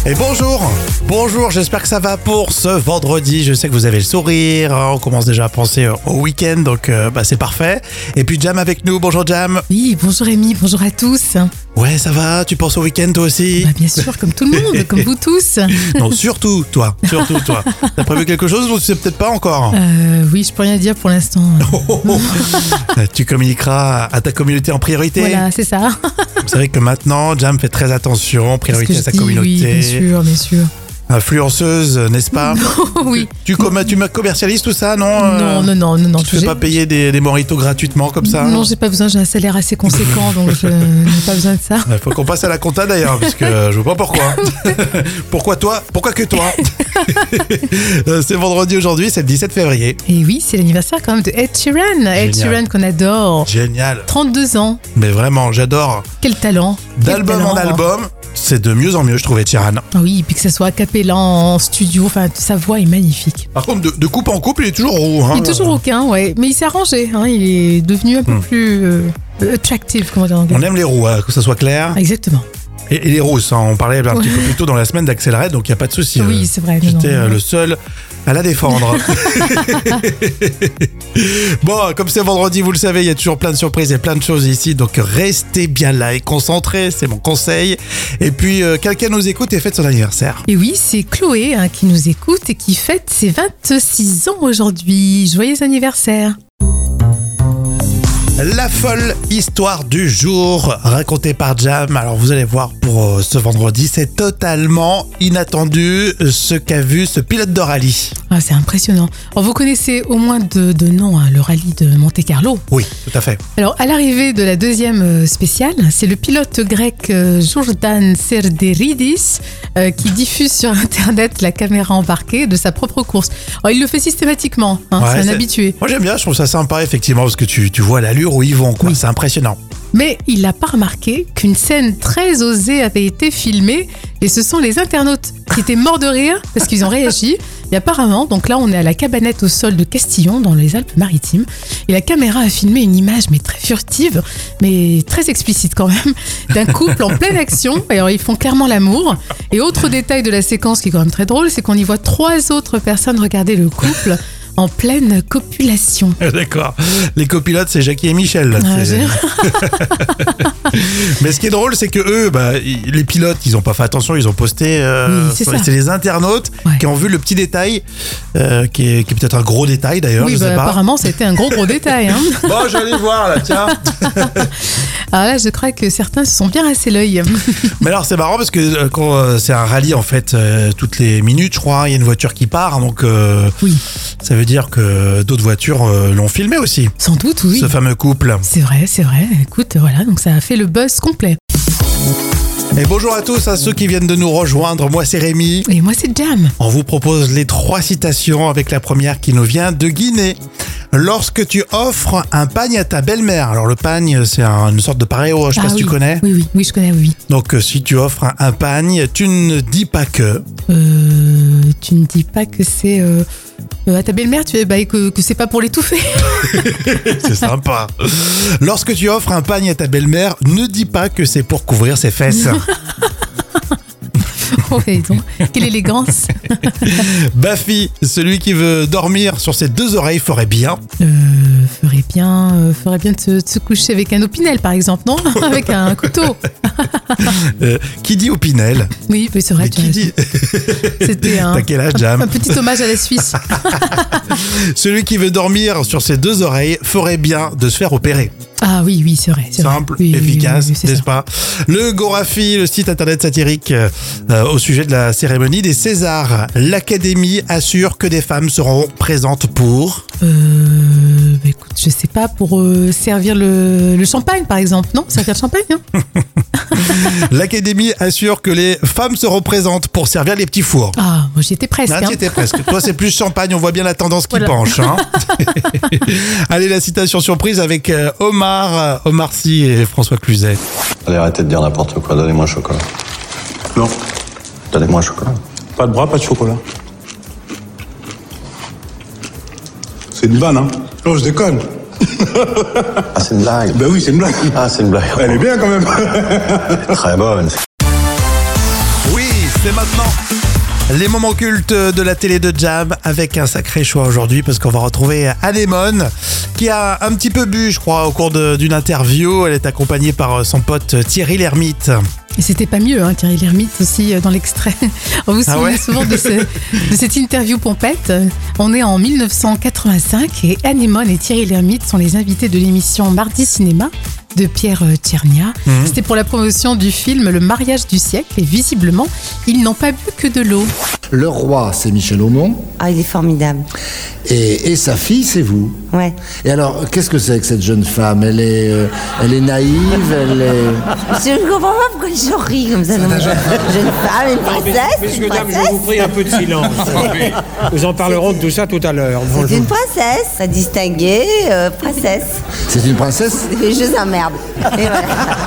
Et bonjour, j'espère que ça va pour ce vendredi. Je sais que vous avez le sourire, on commence déjà à penser au week-end, donc c'est parfait. Et puis Jam avec nous, bonjour Jam. Oui, bonjour Rémi, bonjour à tous. Ouais, ça va, tu penses au week-end toi aussi? Bien sûr, comme tout le monde, comme vous tous. Non, surtout toi. T'as prévu quelque chose ou tu sais peut-être pas encore? Oui, je peux rien dire pour l'instant. Tu communiqueras à ta communauté en priorité. Voilà, c'est ça. Vous savez que maintenant, Jam fait très attention, priorité à sa communauté. Oui, bien sûr. Influenceuse, n'est-ce pas? Oui. Tu commercialises tout ça, non? Non. Tu ne fais pas payer des mojitos gratuitement comme ça? Non, j'ai pas besoin, j'ai un salaire assez conséquent, donc je n'ai pas besoin de ça. Il faut qu'on passe à la compta d'ailleurs, parce que je vois pas pourquoi. Pourquoi toi? Pourquoi que toi? C'est vendredi aujourd'hui, c'est le 17 février. Et oui, c'est l'anniversaire quand même de Ed Sheeran. Ed Sheeran qu'on adore. Génial. 32 ans. Mais vraiment, j'adore. Quel talent. D'album en album, c'est de mieux en mieux, je trouve, Ed Sheeran. Ah oui, et puis que ça soit a cappella en studio, enfin, sa voix est magnifique. Par contre, de coupe en coupe, il est toujours roux. Il est toujours aucun, ouais. Mais il s'est arrangé, il est devenu un peu plus attractive, comment dire en anglais. On aime les roux, que ça soit clair. Exactement. Et les rousses, on parlait un petit peu plus tôt dans la semaine d'Axel, donc il n'y a pas de souci. Oui, c'est vrai. J'étais le seul à la défendre. Bon, comme c'est vendredi, vous le savez, il y a toujours plein de surprises et plein de choses ici, donc restez bien là et concentrés, c'est mon conseil. Et puis, quelqu'un nous écoute et fête son anniversaire. Et oui, c'est Chloé qui nous écoute et qui fête ses 26 ans aujourd'hui. Joyeux anniversaire. La folle histoire du jour racontée par Jam. Alors vous allez voir pour ce vendredi, c'est totalement inattendu ce qu'a vu ce pilote de rallye. Ah, c'est impressionnant. Alors, vous connaissez au moins de nom le rallye de Monte-Carlo. Oui, tout à fait. Alors à l'arrivée de la deuxième spéciale, c'est le pilote grec Jordan Serderidis qui diffuse sur internet la caméra embarquée de sa propre course. Alors, il le fait systématiquement, c'est un habitué. Moi j'aime bien, je trouve ça sympa effectivement parce que tu vois l'allure où ils vont, quoi. Oui. C'est impressionnant. Mais il n'a pas remarqué qu'une scène très osée avait été filmée et ce sont les internautes qui étaient morts de rire parce qu'ils ont réagi. Et apparemment, donc là on est à la cabanette au sol de Castillon dans les Alpes-Maritimes et la caméra a filmé une image mais très furtive, mais très explicite quand même, d'un couple en pleine action. Alors ils font clairement l'amour. Et autre détail de la séquence qui est quand même très drôle, c'est qu'on y voit 3 autres personnes regarder le couple en pleine copulation. D'accord. Les copilotes, c'est Jackie et Michel. Là. Mais ce qui est drôle, c'est que eux, les pilotes, ils n'ont pas fait attention, ils ont posté. C'est les internautes qui ont vu le petit détail, qui est peut-être un gros détail d'ailleurs. Oui, je sais pas. Apparemment, c'était un gros détail. Bon, j'allais voir là, tiens. Alors là, je crois que certains se sont bien rassé l'œil. Mais alors, c'est marrant parce que quand c'est un rallye, en fait, toutes les minutes, je crois, il y a une voiture qui part, donc. Oui. Ça veut dire que d'autres voitures l'ont filmé aussi. Sans doute, oui. Ce fameux couple. C'est vrai. Écoute, voilà, donc ça a fait le buzz complet. Et bonjour à tous, à ceux qui viennent de nous rejoindre. Moi, c'est Rémi. Et moi, c'est Jam. On vous propose les 3 citations avec la première qui nous vient de Guinée. Lorsque tu offres un pagne à ta belle-mère, alors le pagne, c'est une sorte de pareo, je sais pas si tu connais. Oui, je connais, oui. Donc, si tu offres un pagne, tu ne dis pas que... Tu ne dis pas que c'est... à ta belle-mère, que c'est pas pour l'étouffer. C'est sympa. Lorsque tu offres un pagne à ta belle-mère, ne dis pas que c'est pour couvrir ses fesses. Oui, donc, quelle élégance. Bafi, celui qui veut dormir sur ses 2 oreilles ferait bien. Ferait bien de se coucher avec un opinel, par exemple, non? Avec un couteau. Qui dit opinel? Oui, c'est vrai. Qui dit... C'était T'as quel âge, Jam? Un petit hommage à la Suisse. Celui qui veut dormir sur ses 2 oreilles ferait bien de se faire opérer. Ah oui, c'est vrai. Simple, efficace, n'est-ce pas? Le Gorafi, le site internet satirique au sujet de la cérémonie des Césars. L'Académie assure que des femmes seront présentes pour... Écoute, je sais pas, pour servir le champagne, par exemple, non? Servir le champagne, hein? L'Académie assure que les femmes seront présentes pour servir les petits fours. Ah, moi j'y étais presque. Là, t'y étais presque. Toi, c'est plus champagne, on voit bien la tendance qui penche. Hein. Allez, la citation surprise avec Omar Sy et François Cluzet. Allez, arrêtez de dire n'importe quoi, donnez-moi un chocolat. Non. Donnez-moi un chocolat. Pas de bras, pas de chocolat. C'est une vanne, hein? Non, je déconne. Ah, c'est une blague. Ben oui, c'est une blague. Ah, c'est une blague. Elle est bien quand même. Très bonne. Oui, C'est maintenant les moments cultes de la télé de Jam avec un sacré choix aujourd'hui parce qu'on va retrouver Anémone qui a un petit peu bu, je crois, au cours d'une interview. Elle est accompagnée par son pote Thierry Lhermitte. Et c'était pas mieux, hein, Thierry Lhermitte aussi dans l'extrait. On vous souvenez souvent de cette interview pompette. On est en 1985 et Anémone et Thierry Lhermitte sont les invités de l'émission Mardi Cinéma de Pierre Tchernia. C'était pour la promotion du film Le mariage du siècle et visiblement, ils n'ont pas bu que de l'eau. Le roi, c'est Michel Aumont. Ah, il est formidable. Et sa fille, c'est vous. Ouais. Et alors, qu'est-ce que c'est que cette jeune femme ? Elle est naïve, elle est... Je ne comprends pas pourquoi les gens rient comme ça. Non, jeune femme, une princesse. Messieurs, dames, je vous prie un peu de silence. Nous en parlerons de tout ça tout à l'heure. C'est une princesse, très distinguée, princesse. C'est une princesse ? Les jeux emmerdent. Et voilà.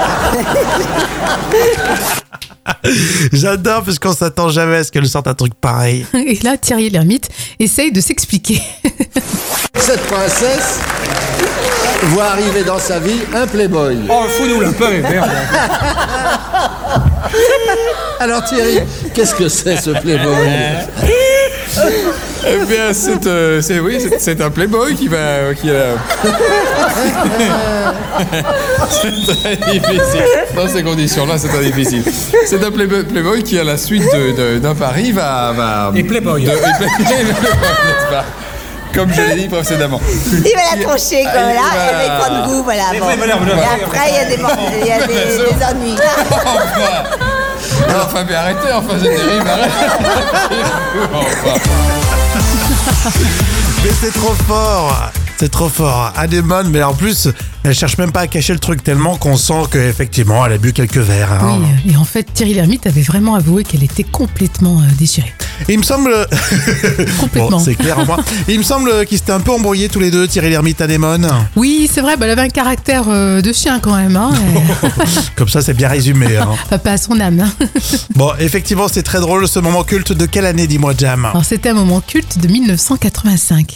J'adore parce qu'on s'attend jamais à ce qu'elle sorte un truc pareil. Et là, Thierry Lhermitte essaye de s'expliquer. Cette princesse voit arriver dans sa vie un playboy. Oh, fous-nous la paix, merde. Alors Thierry, qu'est-ce que c'est ce playboy ? Eh bien, c'est un playboy qui a... C'est très difficile. Dans ces conditions-là, c'est très difficile. C'est un playboy qui, à la suite d'un pari, va... Et playboy. N'est-ce pas ? Comme je l'ai dit précédemment. Il va la trancher comme là, et va prendre goût, voilà. Bon. Et après, il y a des ennuis. Enfin, mais arrêtez, enfin, c'est terrible, arrêtez. Enfin. Mais c'est trop fort. C'est trop fort. Anémone, mais en plus, elle cherche même pas à cacher le truc tellement qu'on sent qu'effectivement, elle a bu quelques verres. Hein. Oui, et en fait, Thierry Lhermitte avait vraiment avoué qu'elle était complètement déchirée. Et il me semble... Complètement. Bon, c'est clair en moi. Et il me semble qu'ils s'étaient un peu embrouillés tous les deux, Thierry Lhermitte, Anémone. Oui, c'est vrai, elle avait un caractère de chien quand même. Hein, Comme ça, c'est bien résumé. Hein. Enfin, pas à son âme. Hein. Bon, effectivement, c'est très drôle, ce moment culte de quelle année, dis-moi, Jam ? Alors, c'était un moment culte de 1985.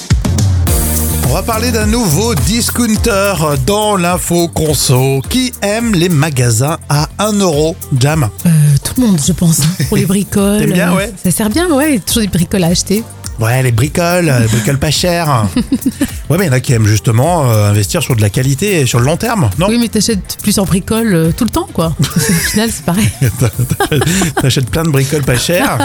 On va parler d'un nouveau discounter dans l'info conso. Qui aime les magasins à 1 €, Jam ? Tout le monde, je pense, pour les bricoles. T'aimes bien, ouais. Ça sert bien, ouais, toujours des bricoles à acheter. Ouais, les bricoles pas chères. Ouais, mais il y en a qui aiment justement investir sur de la qualité et sur le long terme, non ? Oui, mais t'achètes plusieurs bricoles tout le temps, quoi. Au final, c'est pareil. T'achètes plein de bricoles pas chères.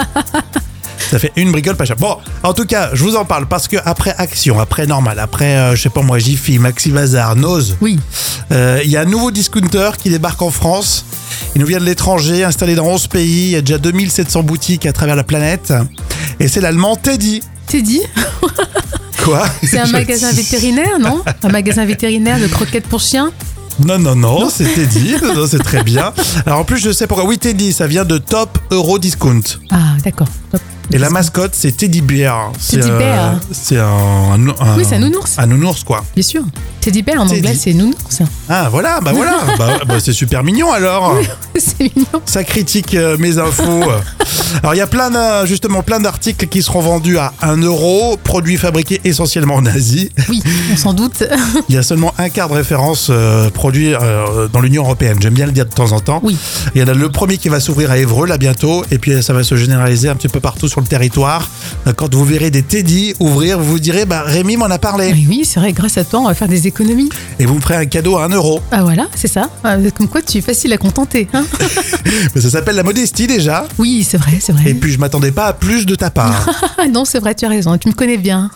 Ça fait une bricole pas chère. Bon, en tout cas, je vous en parle parce que après Action, après Normal, après, je sais pas moi, Jiffy, Maxi Bazar, Nose, Oui. il y a un nouveau discounter qui débarque en France. Il nous vient de l'étranger, installé dans 11 pays. Il y a déjà 2700 boutiques à travers la planète. Et c'est l'allemand Teddy. Teddy, Quoi ? c'est un magasin vétérinaire, non ? Un magasin vétérinaire de croquettes pour chiens ? Non, c'est Teddy. Non, c'est très bien. Alors en plus, je sais pourquoi. Oui, Teddy, ça vient de Top Euro Discount. Ah, d'accord. Top. Et la mascotte, c'est Teddy Bear. Teddy Bear. C'est un Oui, c'est un nounours. Un nounours, quoi. Bien sûr. Teddy bear en Teddy. anglais, c'est nounours. Ah, voilà. Bah, c'est super mignon, alors. C'est mignon. Ça critique mes infos. Alors, il y a plein d'articles qui seront vendus à 1 €, produits fabriqués essentiellement en Asie. Oui, on s'en doute. Il y a seulement un quart de référence produits dans l'Union européenne. J'aime bien le dire de temps en temps. Oui. Il y en a le premier qui va s'ouvrir à Évreux, là, bientôt. Et puis, ça va se généraliser un petit peu partout sur le territoire. Quand vous verrez des Teddy ouvrir, vous vous direz, Rémi m'en a parlé. Oui, c'est vrai, grâce à toi, on va faire des économies. Et vous me ferez un cadeau à 1 €. Ah voilà, c'est ça. Comme quoi, tu es facile à contenter. Hein. Mais ça s'appelle la modestie, déjà. Oui, c'est vrai, c'est vrai. Et puis, je m'attendais pas à plus de ta part. Non, c'est vrai, tu as raison, tu me connais bien.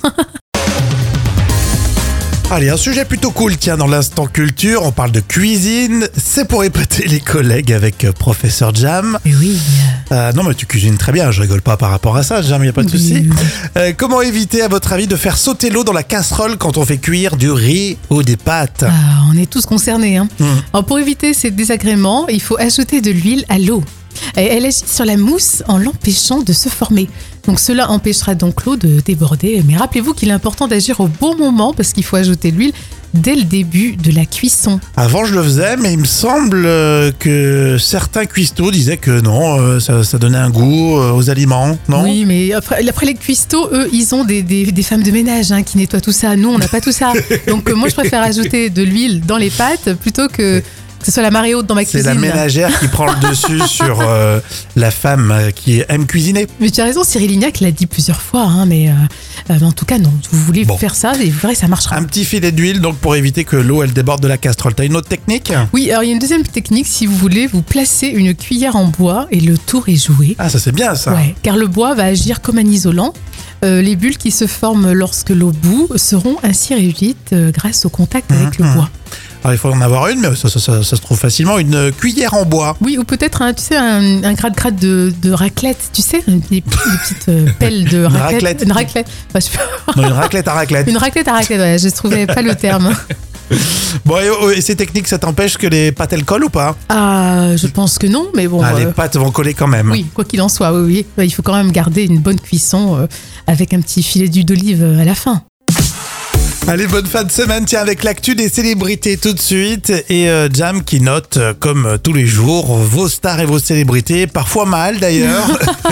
Allez, un sujet plutôt cool, tiens, dans l'instant culture, on parle de cuisine, c'est pour épater les collègues avec Professeur Jam. Et oui. Non, mais tu cuisines très bien, je rigole pas par rapport à ça, Jam, il n'y a pas de souci. Comment éviter, à votre avis, de faire sauter l'eau dans la casserole quand on fait cuire du riz ou des pâtes ? On est tous concernés. Hein. Alors, pour éviter ces désagréments, il faut ajouter de l'huile à l'eau. Et elle agit sur la mousse en l'empêchant de se former. Donc cela empêchera donc l'eau de déborder. Mais rappelez-vous qu'il est important d'agir au bon moment parce qu'il faut ajouter l'huile dès le début de la cuisson. Avant, je le faisais, mais il me semble que certains cuistots disaient que non, ça donnait un goût aux aliments, non ? Oui, mais après les cuistots, eux, ils ont des femmes de ménage qui nettoient tout ça. Nous, on n'a pas tout ça. Donc moi, je préfère ajouter de l'huile dans les pâtes plutôt que Que ce soit la marée haute dans ma C'est cuisine. la ménagère qui prend le dessus sur la femme qui aime cuisiner. Mais tu as raison, Cyril Lignac l'a dit plusieurs fois, hein, mais en tout cas, non. Vous voulez faire ça, et vrai, ça marchera. Un petit filet d'huile donc pour éviter que l'eau elle déborde de la casserole. T'as une autre technique? Oui, alors il y a une deuxième technique. Si vous voulez, vous placez une cuillère en bois et le tour est joué. Ah, ça c'est bien ça. Ouais, car le bois va agir comme un isolant. Les bulles qui se forment lorsque l'eau bout seront ainsi réduites grâce au contact avec le bois. Alors il faut en avoir une, mais ça se trouve facilement. Une cuillère en bois. Oui, ou peut-être un grade de raclette, tu sais, des petites pelles de raclette. Une raclette. Enfin, Non, une raclette à raclette. Une raclette à raclette, ouais, je ne trouvais pas le terme. Bon, et ces techniques, ça t'empêche que les pâtes elles collent ou pas? Ah, je pense que non, mais bon. Les pâtes vont coller quand même. Oui, quoi qu'il en soit, oui. Il faut quand même garder une bonne cuisson avec un petit filet d'huile d'olive à la fin. Allez, bonne fin de semaine, tiens, avec l'actu des célébrités tout de suite. Et Jam qui note, comme tous les jours, vos stars et vos célébrités, parfois mal d'ailleurs.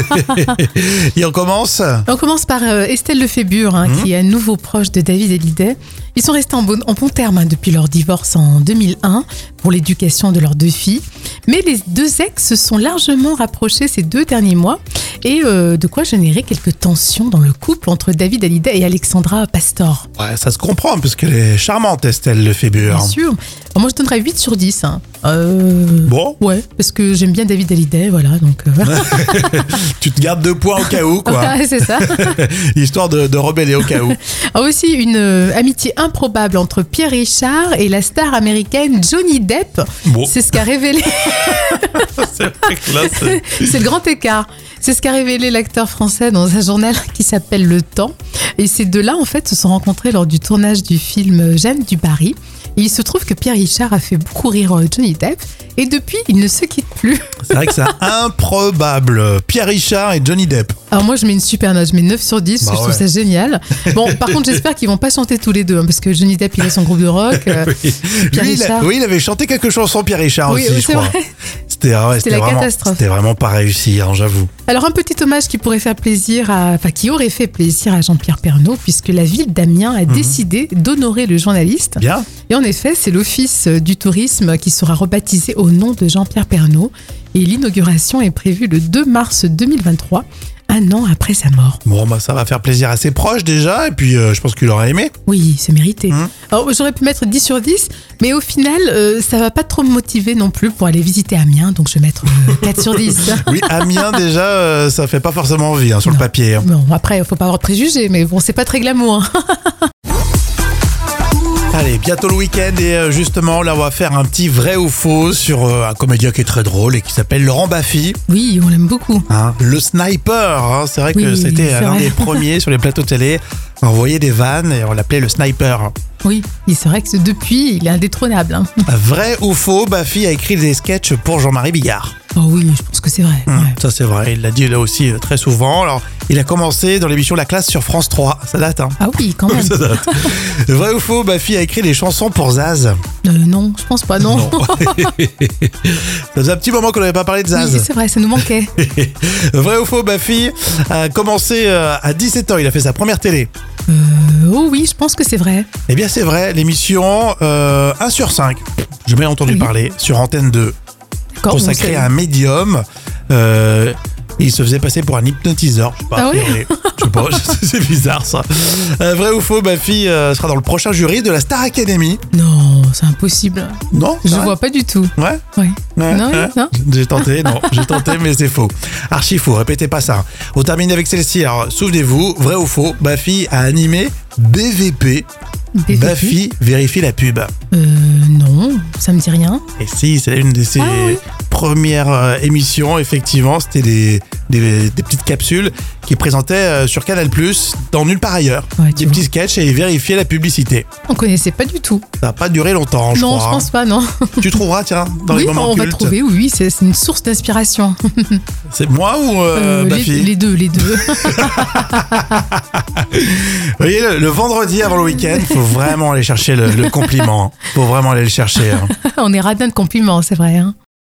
Et on commence? On commence par Estelle Lefébure, qui est à nouveau proche de David Hallyday. Ils sont restés en bon terme depuis leur divorce en 2001 pour l'éducation de leurs 2 filles. Mais les 2 ex se sont largement rapprochés ces 2 derniers mois. Et de quoi générer quelques tensions dans le couple entre David Hallyday et Alexandra Pastor. Ouais, ça se comprend, parce qu'elle est charmante, Estelle Lefébure. Bien sûr. Alors moi, je donnerais 8 sur 10. Bon. Ouais, parce que j'aime bien David Hallyday, voilà. Donc, Tu te gardes 2 points au cas où, quoi. Ouais, c'est ça. Histoire de rebeller au cas où. Alors aussi, une amitié improbable entre Pierre Richard et la star américaine Johnny Depp. Bon. C'est ce qu'a révélé... C'est vrai que là, c'est le grand écart. C'est ce qu'a révélé l'acteur français dans un journal qui s'appelle Le Temps. Et ces 2-là, en fait, se sont rencontrés lors du tournage du film Jeanne du Barry. Et il se trouve que Pierre Richard a fait beaucoup rire Johnny Depp. Et depuis, ils ne se quittent plus. C'est vrai que c'est improbable. Pierre Richard et Johnny Depp. Alors moi, je mets une super note. Je mets 9 sur 10, parce que je trouve ça génial. Bon, par contre, j'espère qu'ils vont pas chanter tous les 2, parce que Johnny Depp, il a son groupe de rock. Oui. Pierre Richard. Il avait chanté quelques chansons, Pierre Richard Oui, aussi, je crois. vrai. C'était la vraiment, catastrophe. C'était vraiment pas réussi, j'avoue. Alors un petit hommage qui aurait fait plaisir à Jean-Pierre Pernaut, puisque la ville d'Amiens a décidé d'honorer le journaliste. Bien. Et en effet, c'est l'Office du tourisme qui sera rebaptisé au nom de Jean-Pierre Pernaut. Et l'inauguration est prévue le 2 mars 2023. 1 an après sa mort. Bon, ça va faire plaisir à ses proches déjà, et puis je pense qu'il aurait aimé. Oui, c'est mérité. Alors, j'aurais pu mettre 10 sur 10, mais au final, ça va pas trop me motiver non plus pour aller visiter Amiens, donc je vais mettre 4 sur 10. Oui, Amiens déjà, ça fait pas forcément envie sur le papier. Bon, après, il faut pas avoir de préjugés, mais bon, c'est pas très glamour. Allez, bientôt le week-end et justement là on va faire un petit vrai ou faux sur un comédien qui est très drôle et qui s'appelle Laurent Baffy. Oui, on l'aime beaucoup. Le sniper, c'est vrai que c'était l'un des premiers sur les plateaux télé à envoyer des vannes et on l'appelait le sniper. Oui, et c'est vrai que depuis, il est indétrônable. Vrai ou faux, Baffy a écrit des sketchs pour Jean-Marie Bigard. Oh oui, je pense que c'est vrai. Ouais. Ça c'est vrai, il l'a dit là aussi très souvent. Alors, il a commencé dans l'émission La Classe sur France 3, ça date. Ah oui, quand même. Ça date. Vrai ou faux, Baffy a écrit des chansons pour Zaz. Non, je pense pas, non. Ça faisait un petit moment qu'on n'avait pas parlé de Zaz. Oui, c'est vrai, ça nous manquait. Vrai ou faux, Baffy a commencé à 17 ans, il a fait sa première télé. Oh oui, je pense que c'est vrai. Eh bien c'est vrai, l'émission 1 sur 5, j'ai bien entendu parler, sur Antenne 2, consacrée à un médium. Il se faisait passer pour un hypnotiseur, je sais pas. Je sais pas, c'est bizarre ça. Vrai ou faux, Baffy sera dans le prochain jury de la Star Academy. Non, c'est impossible. Non, je vois pas du tout. Ouais. Non. J'ai tenté, mais c'est faux. Archi faux, répétez pas ça. On termine avec celle-ci. Alors, souvenez-vous, vrai ou faux, Baffy a animé BVP. Baffy vérifie la pub. Non, ça me dit rien. Et si, c'est une de ses premières émissions, effectivement. C'était des petites capsules qu'il présentait sur Canal+, dans Nulle part ailleurs. Des petits sketchs et il vérifiait la publicité. On connaissait pas du tout. Ça n'a pas duré longtemps, je crois. Non, je pense pas, non. Tu trouveras, tiens, dans les moments cultes. On va trouver, oui, c'est une source d'inspiration. C'est moi ou Baffy ? Les deux. Vous voyez, le vendredi avant le week-end, il faut vraiment aller chercher le compliment. Il faut vraiment aller le chercher. On est radin de compliments, c'est vrai.